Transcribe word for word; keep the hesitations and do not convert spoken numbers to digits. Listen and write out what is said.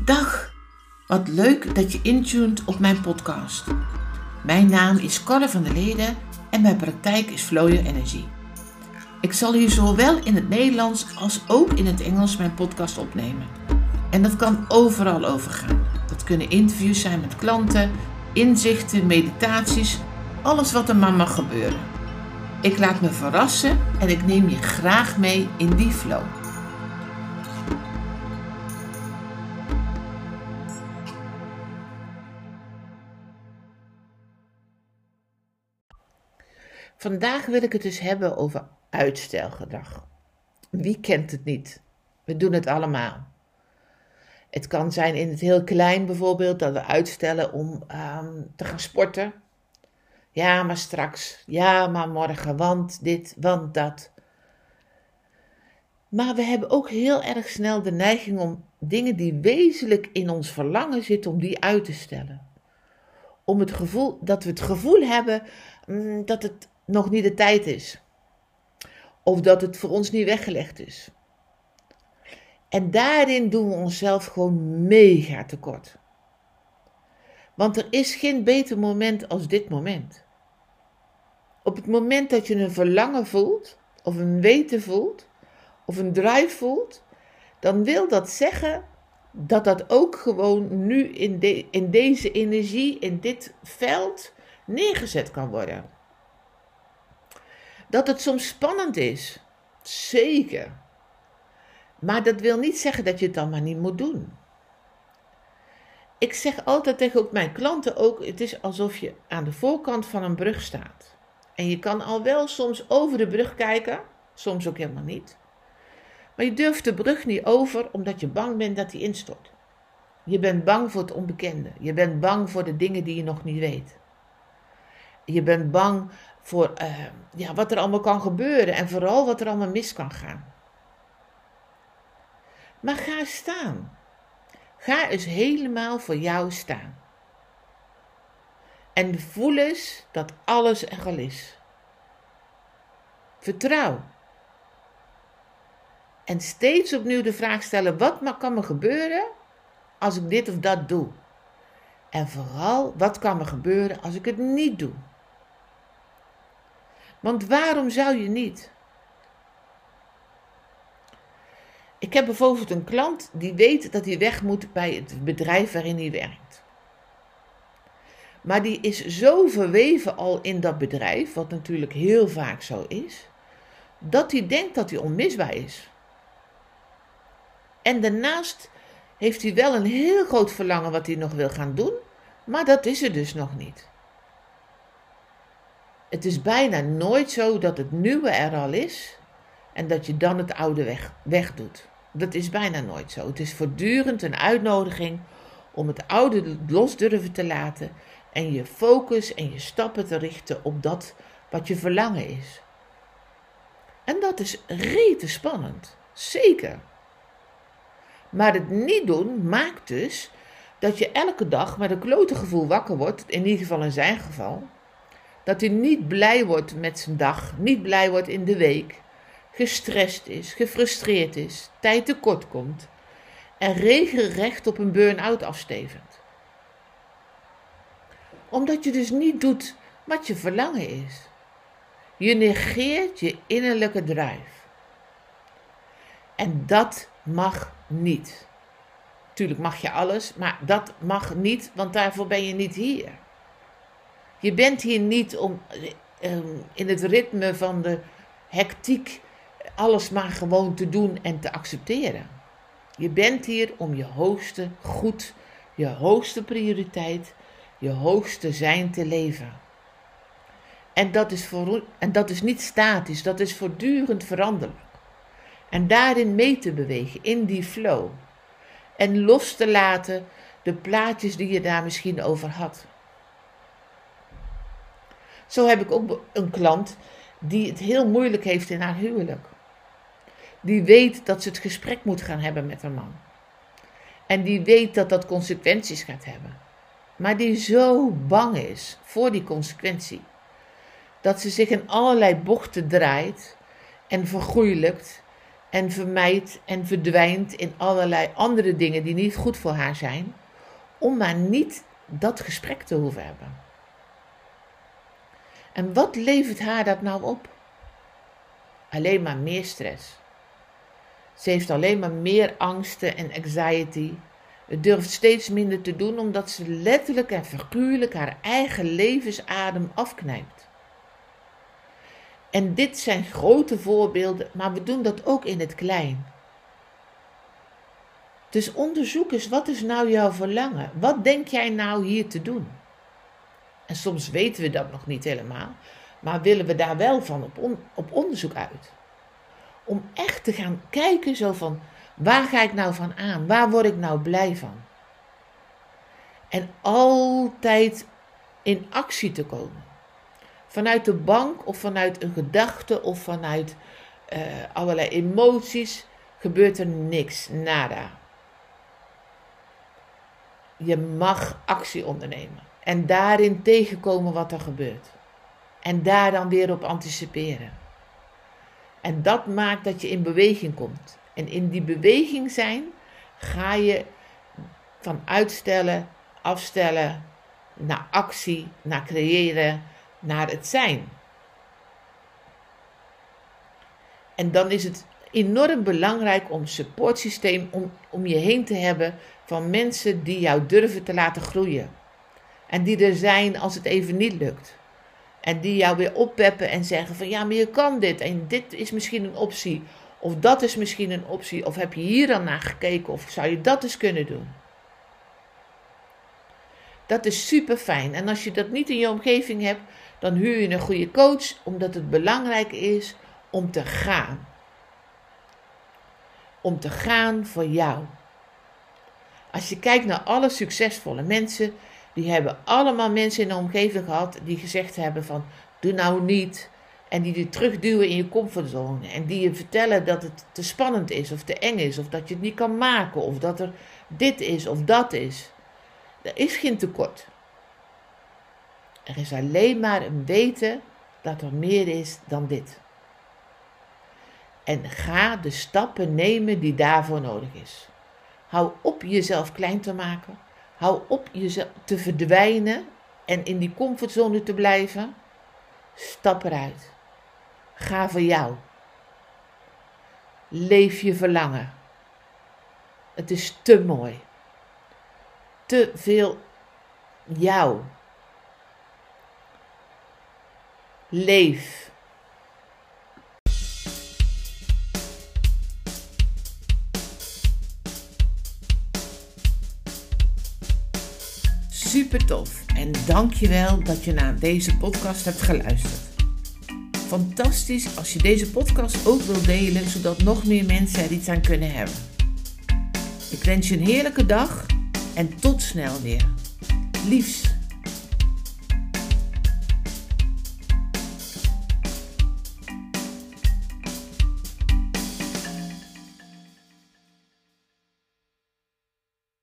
Dag, wat leuk dat je intuned op mijn podcast. Mijn naam is Corre van der Leden en mijn praktijk is Flow Your Energy. Ik zal hier zowel in het Nederlands als ook in het Engels mijn podcast opnemen. En dat kan overal over gaan. Dat kunnen interviews zijn met klanten, inzichten, meditaties, alles wat er maar mag gebeuren. Ik laat me verrassen en ik neem je graag mee in die flow. Vandaag wil ik het dus hebben over uitstelgedrag. Wie kent het niet? We doen het allemaal. Het kan zijn in het heel klein bijvoorbeeld dat we uitstellen om um, te gaan sporten. Ja, maar straks. Ja, maar morgen. Want dit, want dat. Maar we hebben ook heel erg snel de neiging om dingen die wezenlijk in ons verlangen zitten, om die uit te stellen. Om het gevoel, dat we het gevoel hebben mm, dat het nog niet de tijd is. Of dat het voor ons niet weggelegd is. En daarin doen we onszelf gewoon mega tekort. Want er is geen beter moment als dit moment. Op het moment dat je een verlangen voelt, of een weten voelt, of een drive voelt, dan wil dat zeggen dat dat ook gewoon nu in, de, in deze energie, in dit veld, neergezet kan worden. Dat het soms spannend is, zeker. Maar dat wil niet zeggen dat je het dan maar niet moet doen. Ik zeg altijd tegen ook mijn klanten ook, het is alsof je aan de voorkant van een brug staat. En je kan al wel soms over de brug kijken, soms ook helemaal niet. Maar je durft de brug niet over omdat je bang bent dat die instort. Je bent bang voor het onbekende. Je bent bang voor de dingen die je nog niet weet. Je bent bang voor uh, ja, wat er allemaal kan gebeuren en vooral wat er allemaal mis kan gaan. Maar ga staan. Ga eens helemaal voor jou staan. En voel eens dat alles er al is. Vertrouw. En steeds opnieuw de vraag stellen, wat kan me gebeuren als ik dit of dat doe? En vooral, wat kan me gebeuren als ik het niet doe? Want waarom zou je niet? Ik heb bijvoorbeeld een klant die weet dat hij weg moet bij het bedrijf waarin hij werkt. Maar die is zo verweven al in dat bedrijf, wat natuurlijk heel vaak zo is, dat hij denkt dat hij onmisbaar is. En daarnaast heeft hij wel een heel groot verlangen wat hij nog wil gaan doen, maar dat is er dus nog niet. Het is bijna nooit zo dat het nieuwe er al is en dat je dan het oude weg, wegdoet. Dat is bijna nooit zo. Het is voortdurend een uitnodiging om het oude los durven te laten en je focus en je stappen te richten op dat wat je verlangen is. En dat is rete spannend, zeker. Maar het niet doen maakt dus dat je elke dag met een klote gevoel wakker wordt, in ieder geval in zijn geval. Dat hij niet blij wordt met zijn dag, niet blij wordt in de week, gestrest is, gefrustreerd is, tijd tekort komt en regelrecht op een burn-out afstevend. Omdat je dus niet doet wat je verlangen is. Je negeert je innerlijke drive. En dat mag niet. Tuurlijk mag je alles, maar dat mag niet, want daarvoor ben je niet hier. Je bent hier niet om um, in het ritme van de hectiek alles maar gewoon te doen en te accepteren. Je bent hier om je hoogste goed, je hoogste prioriteit, je hoogste zijn te leven. En dat is, voor, en dat is niet statisch, dat is voortdurend veranderlijk. En daarin mee te bewegen, in die flow. En los te laten de plaatjes die je daar misschien over had. Zo heb ik ook een klant die het heel moeilijk heeft in haar huwelijk. Die weet dat ze het gesprek moet gaan hebben met haar man. En die weet dat dat consequenties gaat hebben. Maar die zo bang is voor die consequentie. Dat ze zich in allerlei bochten draait en vergoeilijkt en vermijdt en verdwijnt in allerlei andere dingen die niet goed voor haar zijn, om maar niet dat gesprek te hoeven hebben. En wat levert haar dat nou op? Alleen maar meer stress. Ze heeft alleen maar meer angsten en anxiety. Het durft steeds minder te doen omdat ze letterlijk en figuurlijk haar eigen levensadem afknijpt. En dit zijn grote voorbeelden, maar we doen dat ook in het klein. Dus onderzoek eens, wat is nou jouw verlangen? Wat denk jij nou hier te doen? En soms weten we dat nog niet helemaal, maar willen we daar wel van op, on- op onderzoek uit. Om echt te gaan kijken zo van, waar ga ik nou van aan? Waar word ik nou blij van? En altijd in actie te komen. Vanuit de bank of vanuit een gedachte of vanuit uh, allerlei emoties gebeurt er niks, nada. Je mag actie ondernemen en daarin tegenkomen wat er gebeurt. En daar dan weer op anticiperen. En dat maakt dat je in beweging komt. En in die beweging zijn ga je van uitstellen, afstellen, naar actie, naar creëren, naar het zijn. En dan is het enorm belangrijk om een supportsysteem om, om je heen te hebben van mensen die jou durven te laten groeien. En die er zijn als het even niet lukt. En die jou weer oppeppen en zeggen van ja, maar je kan dit en dit is misschien een optie. Of dat is misschien een optie. Of heb je hier dan naar gekeken of zou je dat eens kunnen doen. Dat is super fijn. En als je dat niet in je omgeving hebt, dan huur je een goede coach. Omdat het belangrijk is om te gaan. Om te gaan voor jou. Als je kijkt naar alle succesvolle mensen, die hebben allemaal mensen in de omgeving gehad die gezegd hebben van doe nou niet. En die je terugduwen in je comfortzone. En die je vertellen dat het te spannend is of te eng is. Of dat je het niet kan maken. Of dat er dit is of dat is. Er is geen tekort. Er is alleen maar een weten dat er meer is dan dit. En ga de stappen nemen die daarvoor nodig is. Hou op jezelf klein te maken. Hou op jezelf te verdwijnen en in die comfortzone te blijven. Stap eruit. Ga voor jou. Leef je verlangen. Het is te mooi. Te veel jou. Leef. Super tof en dankjewel dat je naar deze podcast hebt geluisterd. Fantastisch als je deze podcast ook wilt delen, zodat nog meer mensen er iets aan kunnen hebben. Ik wens je een heerlijke dag en tot snel weer. Liefs.